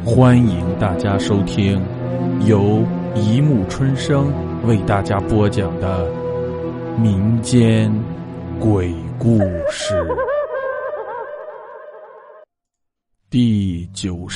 欢迎大家收听由一木春生为大家播讲的民间鬼故事第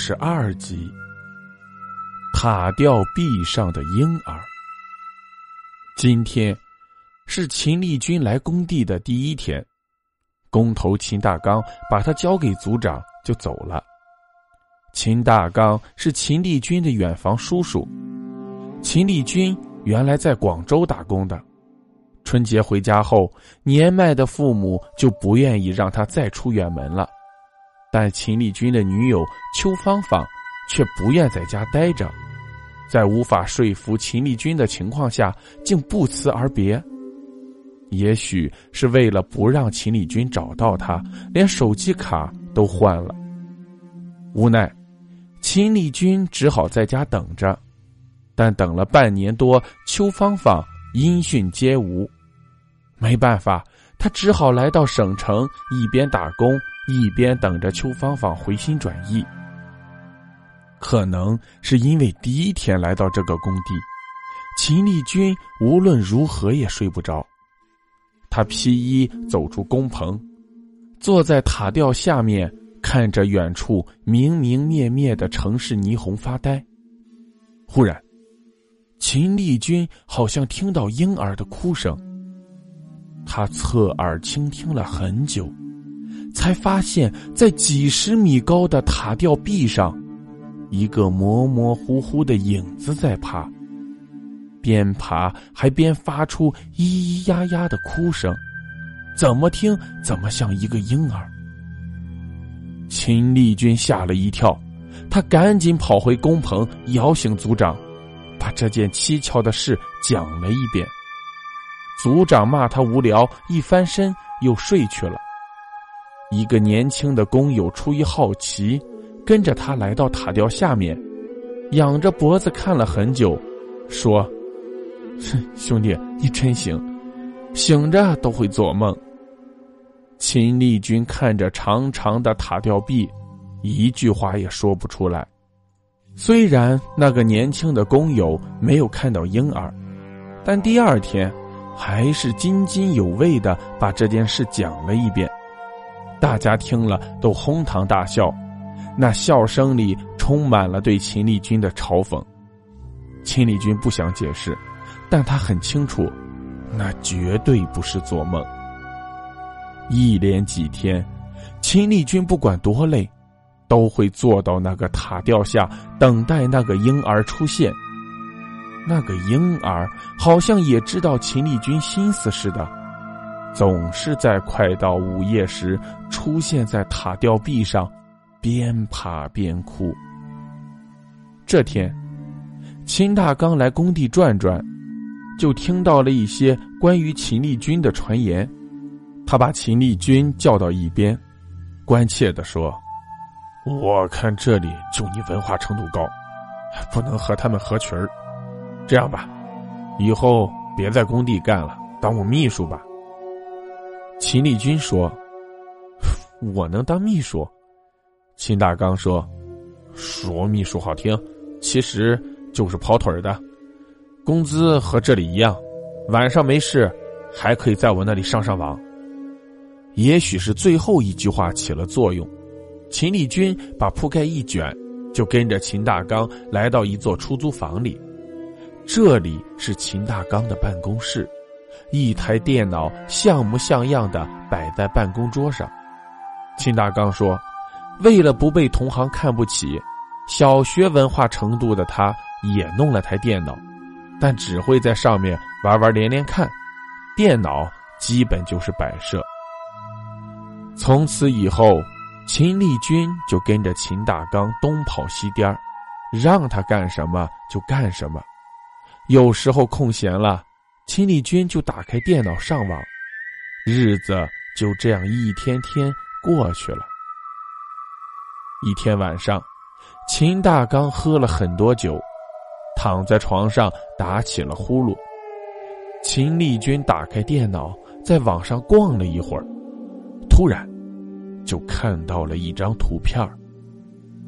92集，塔吊壁上的婴儿。今天是秦立军来工地的第一天，工头秦大刚把他交给组长就走了。秦大刚是秦立军的远房叔叔，秦立军原来在广州打工的，春节回家后，年迈的父母就不愿意让他再出远门了，但秦立军的女友邱芳芳却不愿在家待着，在无法说服秦立军的情况下，竟不辞而别。也许是为了不让秦立军找到他，连手机卡都换了。无奈秦立军只好在家等着，但等了半年多，邱芳芳音讯皆无。没办法，他只好来到省城，一边打工一边等着邱芳芳回心转意。可能是因为第一天来到这个工地，秦立军无论如何也睡不着。他披衣走出工棚，坐在塔吊下面，看着远处明明灭灭的城市霓虹发呆。忽然，秦立军好像听到婴儿的哭声，他侧耳倾听了很久，才发现在几十米高的塔吊壁上，一个模模糊糊的影子在爬，边爬还边发出咿咿呀呀的哭声，怎么听怎么像一个婴儿。秦立军吓了一跳，他赶紧跑回工棚，摇醒组长，把这件蹊跷的事讲了一遍。组长骂他无聊，一翻身又睡去了。一个年轻的工友出于好奇，跟着他来到塔吊下面，仰着脖子看了很久，说：兄弟，你真行，醒着都会做梦。秦立军看着长长的塔吊壁，一句话也说不出来。虽然那个年轻的工友没有看到婴儿，但第二天还是津津有味地把这件事讲了一遍。大家听了都哄堂大笑，那笑声里充满了对秦立军的嘲讽。秦立军不想解释，但他很清楚，那绝对不是做梦。一连几天，秦立军不管多累，都会坐到那个塔吊下，等待那个婴儿出现。那个婴儿好像也知道秦立军心思似的，总是在快到午夜时出现在塔吊壁上，边爬边哭。这天，秦大刚来工地转转，就听到了一些关于秦立军的传言。他把秦立军叫到一边，关切地说：我看这里就你文化程度高，不能和他们合群儿。这样吧，以后别在工地干了，当我秘书吧。秦立军说：我能当秘书？秦大刚说：说秘书好听，其实就是跑腿的，工资和这里一样，晚上没事还可以在我那里上网。也许是最后一句话起了作用，秦立军把铺盖一卷，就跟着秦大刚来到一座出租房里。这里是秦大刚的办公室，一台电脑像模像样的摆在办公桌上。秦大刚说，为了不被同行看不起，小学文化程度的他也弄了台电脑，但只会在上面玩连连看，电脑基本就是摆设。从此以后，秦立军就跟着秦大刚东跑西颠，让他干什么就干什么。有时候空闲了，秦立军就打开电脑上网，日子就这样一天天过去了。一天晚上，秦大刚喝了很多酒，躺在床上打起了呼噜。秦立军打开电脑，在网上逛了一会儿，突然就看到了一张图片，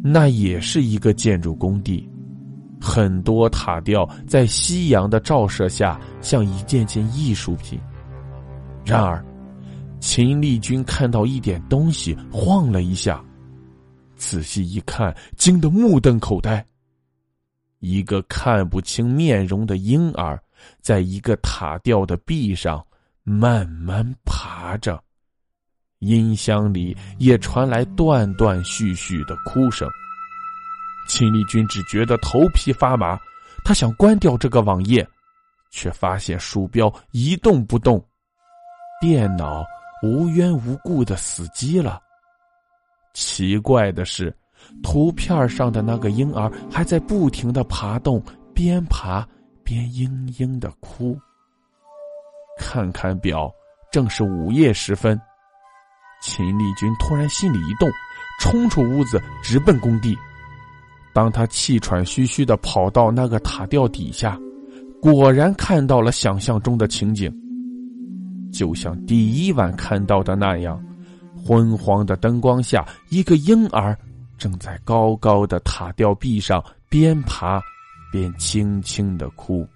那也是一个建筑工地，很多塔吊在夕阳的照射下像一件件艺术品。然而秦丽君看到一点东西晃了一下，仔细一看，惊得目瞪口呆。一个看不清面容的婴儿在一个塔吊的壁上慢慢爬着，音箱里也传来断断续续的哭声。秦丽君只觉得头皮发麻，她想关掉这个网页，却发现鼠标一动不动，电脑无缘无故的死机了。奇怪的是，图片上的那个婴儿还在不停地爬动，边爬边嘤嘤地哭。看看表，正是午夜时分。秦丽君突然心里一动，冲出屋子直奔工地。当他气喘吁吁地跑到那个塔吊底下，果然看到了想象中的情景，就像第一晚看到的那样，昏黄的灯光下，一个婴儿正在高高的塔吊壁上边爬边轻轻地哭。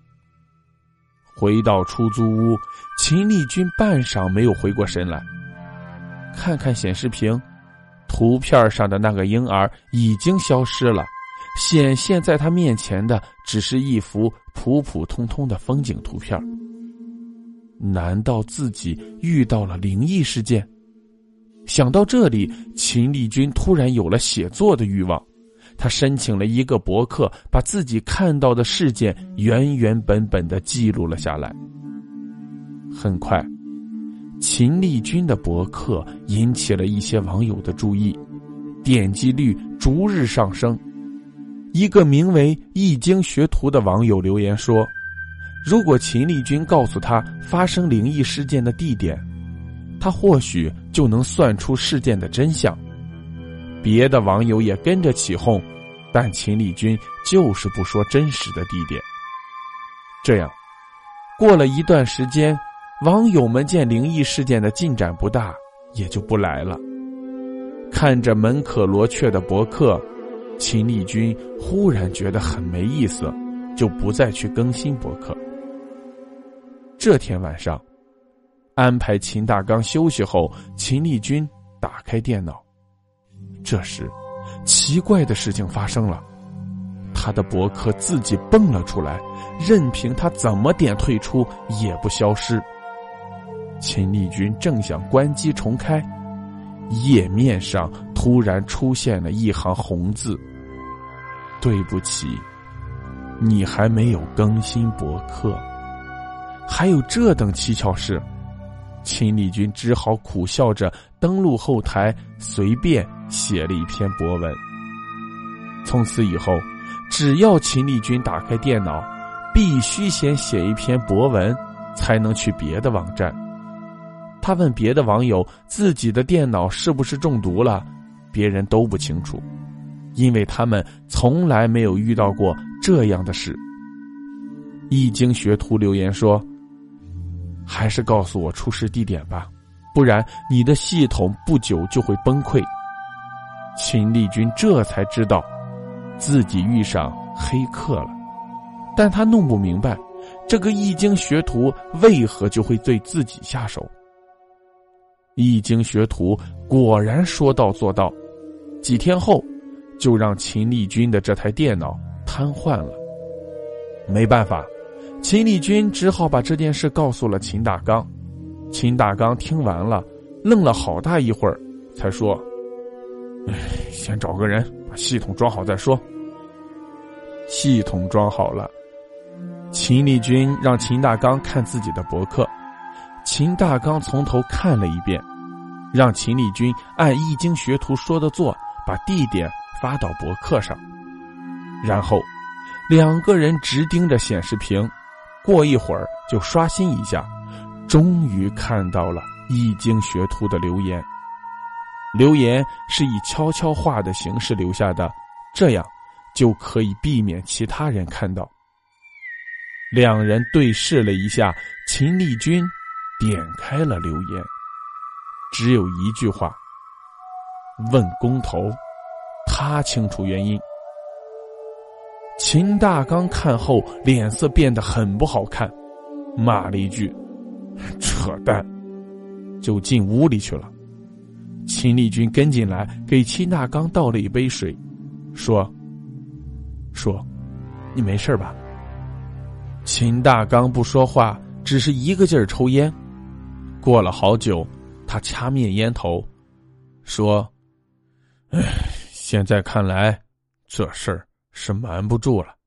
回到出租屋，秦丽君半晌没有回过神来，看看显示屏，图片上的那个婴儿已经消失了，显现在他面前的只是一幅普普通通的风景图片。难道自己遇到了灵异事件？想到这里，秦丽君突然有了写作的欲望。他申请了一个博客，把自己看到的事件原原本本地记录了下来。很快，秦丽君的博客引起了一些网友的注意，点击率逐日上升。一个名为易经学徒的网友留言说，如果秦丽君告诉他发生灵异事件的地点，他或许就能算出事件的真相。别的网友也跟着起哄，但秦丽君就是不说真实的地点。这样，过了一段时间，网友们见灵异事件的进展不大，也就不来了。看着门可罗雀的博客，秦丽君忽然觉得很没意思，就不再去更新博客。这天晚上，安排秦大刚休息后，秦丽君打开电脑。这时，奇怪的事情发生了，他的博客自己蹦了出来，任凭他怎么点退出也不消失。秦丽君正想关机重开，页面上突然出现了一行红字：对不起，你还没有更新博客。还有这等蹊跷事，秦丽君只好苦笑着登录后台，随便写了一篇博文。从此以后，只要秦丽君打开电脑，必须先写一篇博文，才能去别的网站。他问别的网友自己的电脑是不是中毒了，别人都不清楚，因为他们从来没有遇到过这样的事。易经学徒留言说，还是告诉我出事地点吧，不然你的系统不久就会崩溃。秦丽君这才知道自己遇上黑客了，但他弄不明白这个易经学徒为何就会对自己下手。易经学徒果然说到做到，几天后就让秦丽君的这台电脑瘫痪了。没办法，秦丽君只好把这件事告诉了秦大刚。秦大刚听完了，愣了好大一会儿，才说：先找个人把系统装好再说。系统装好了，秦丽君让秦大刚看自己的博客，秦大刚从头看了一遍，让秦丽君按易经学徒说的做，把地点发到博客上。然后两个人直盯着显示屏，过一会儿就刷新一下，终于看到了易经学徒的留言。留言是以悄悄话的形式留下的，这样就可以避免其他人看到。两人对视了一下，秦丽君点开了留言，只有一句话：问公投， 他清楚原因。秦大刚看后脸色变得很不好看，骂了一句扯淡，就进屋里去了。秦丽君跟进来给秦大刚倒了一杯水，说你没事吧？秦大刚不说话，只是一个劲儿抽烟。过了好久，他掐灭烟头，说现在看来这事儿是瞒不住了。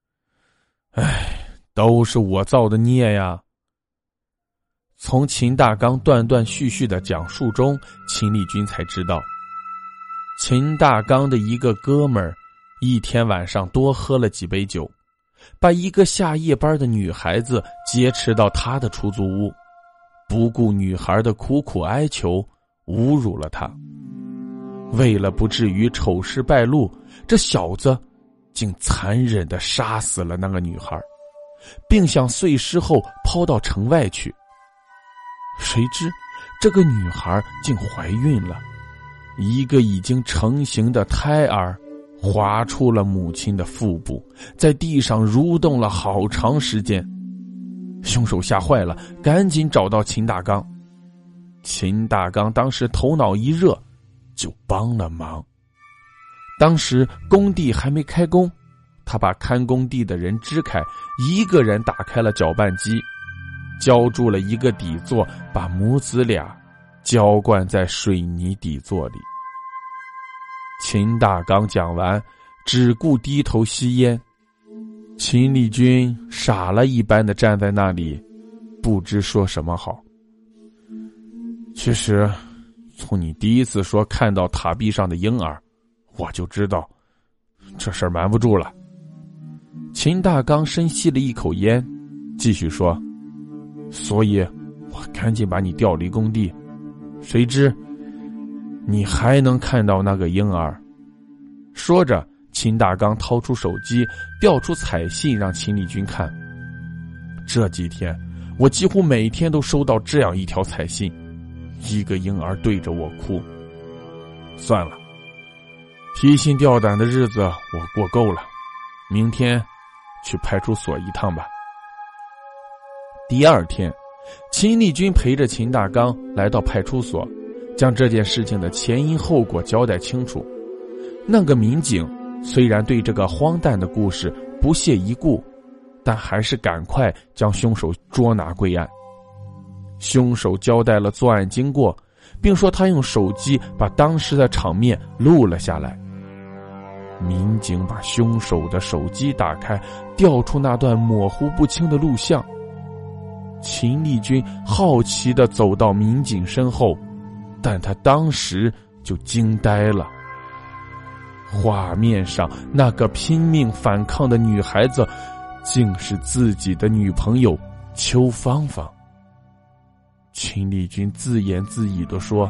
都是我造的孽呀。从秦大刚断断续续的讲述中，秦丽君才知道，秦大刚的一个哥们儿一天晚上多喝了几杯酒，把一个下夜班的女孩子劫持到他的出租屋，不顾女孩的苦苦哀求，侮辱了她。为了不至于丑事败露，这小子竟残忍地杀死了那个女孩，并想碎尸后抛到城外去。谁知这个女孩竟怀孕了，一个已经成型的胎儿滑出了母亲的腹部，在地上蠕动了好长时间。凶手吓坏了，赶紧找到秦大刚。秦大刚当时头脑一热，就帮了忙。当时工地还没开工，他把看工地的人支开，一个人打开了搅拌机，浇筑了一个底座，把母子俩浇灌在水泥底座里。秦大刚讲完，只顾低头吸烟。秦丽君傻了一般的站在那里，不知说什么好。其实从你第一次说看到塔壁上的婴儿，我就知道这事儿瞒不住了。秦大刚深吸了一口烟，继续说，所以我赶紧把你调离工地，谁知你还能看到那个婴儿。说着，秦大刚掏出手机，调出彩信让秦丽君看。这几天我几乎每天都收到这样一条彩信，一个婴儿对着我哭。算了，提心吊胆的日子我过够了，明天去派出所一趟吧。第二天，秦丽君陪着秦大刚来到派出所，将这件事情的前因后果交代清楚。那个民警虽然对这个荒诞的故事不屑一顾，但还是赶快将凶手捉拿归案。凶手交代了作案经过，并说他用手机把当时的场面录了下来。民警把凶手的手机打开，调出那段模糊不清的录像。秦丽君好奇地走到民警身后，但他当时就惊呆了。画面上那个拼命反抗的女孩子，竟是自己的女朋友邱芳芳。秦丽君自言自语地说，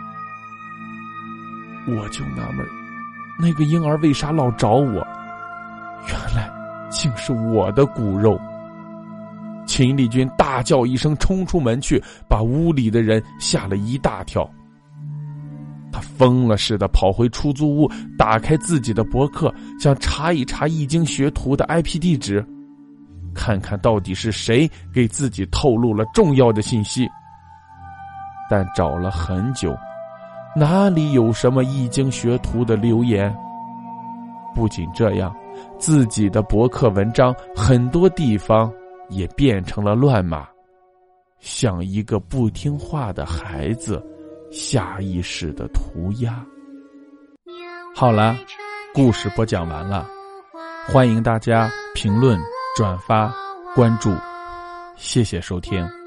我就纳闷，那个婴儿为啥老找我，原来竟是我的骨肉。秦丽君大叫一声，冲出门去，把屋里的人吓了一大跳。他疯了似的跑回出租屋，打开自己的博客，想查一查易经学徒的 IP 地址，看看到底是谁给自己透露了重要的信息。但找了很久，哪里有什么易经学徒的留言。不仅这样，自己的博客文章很多地方也变成了乱码，像一个不听话的孩子下意识的涂鸦。好了，故事播讲完了，欢迎大家评论、转发、关注，谢谢收听。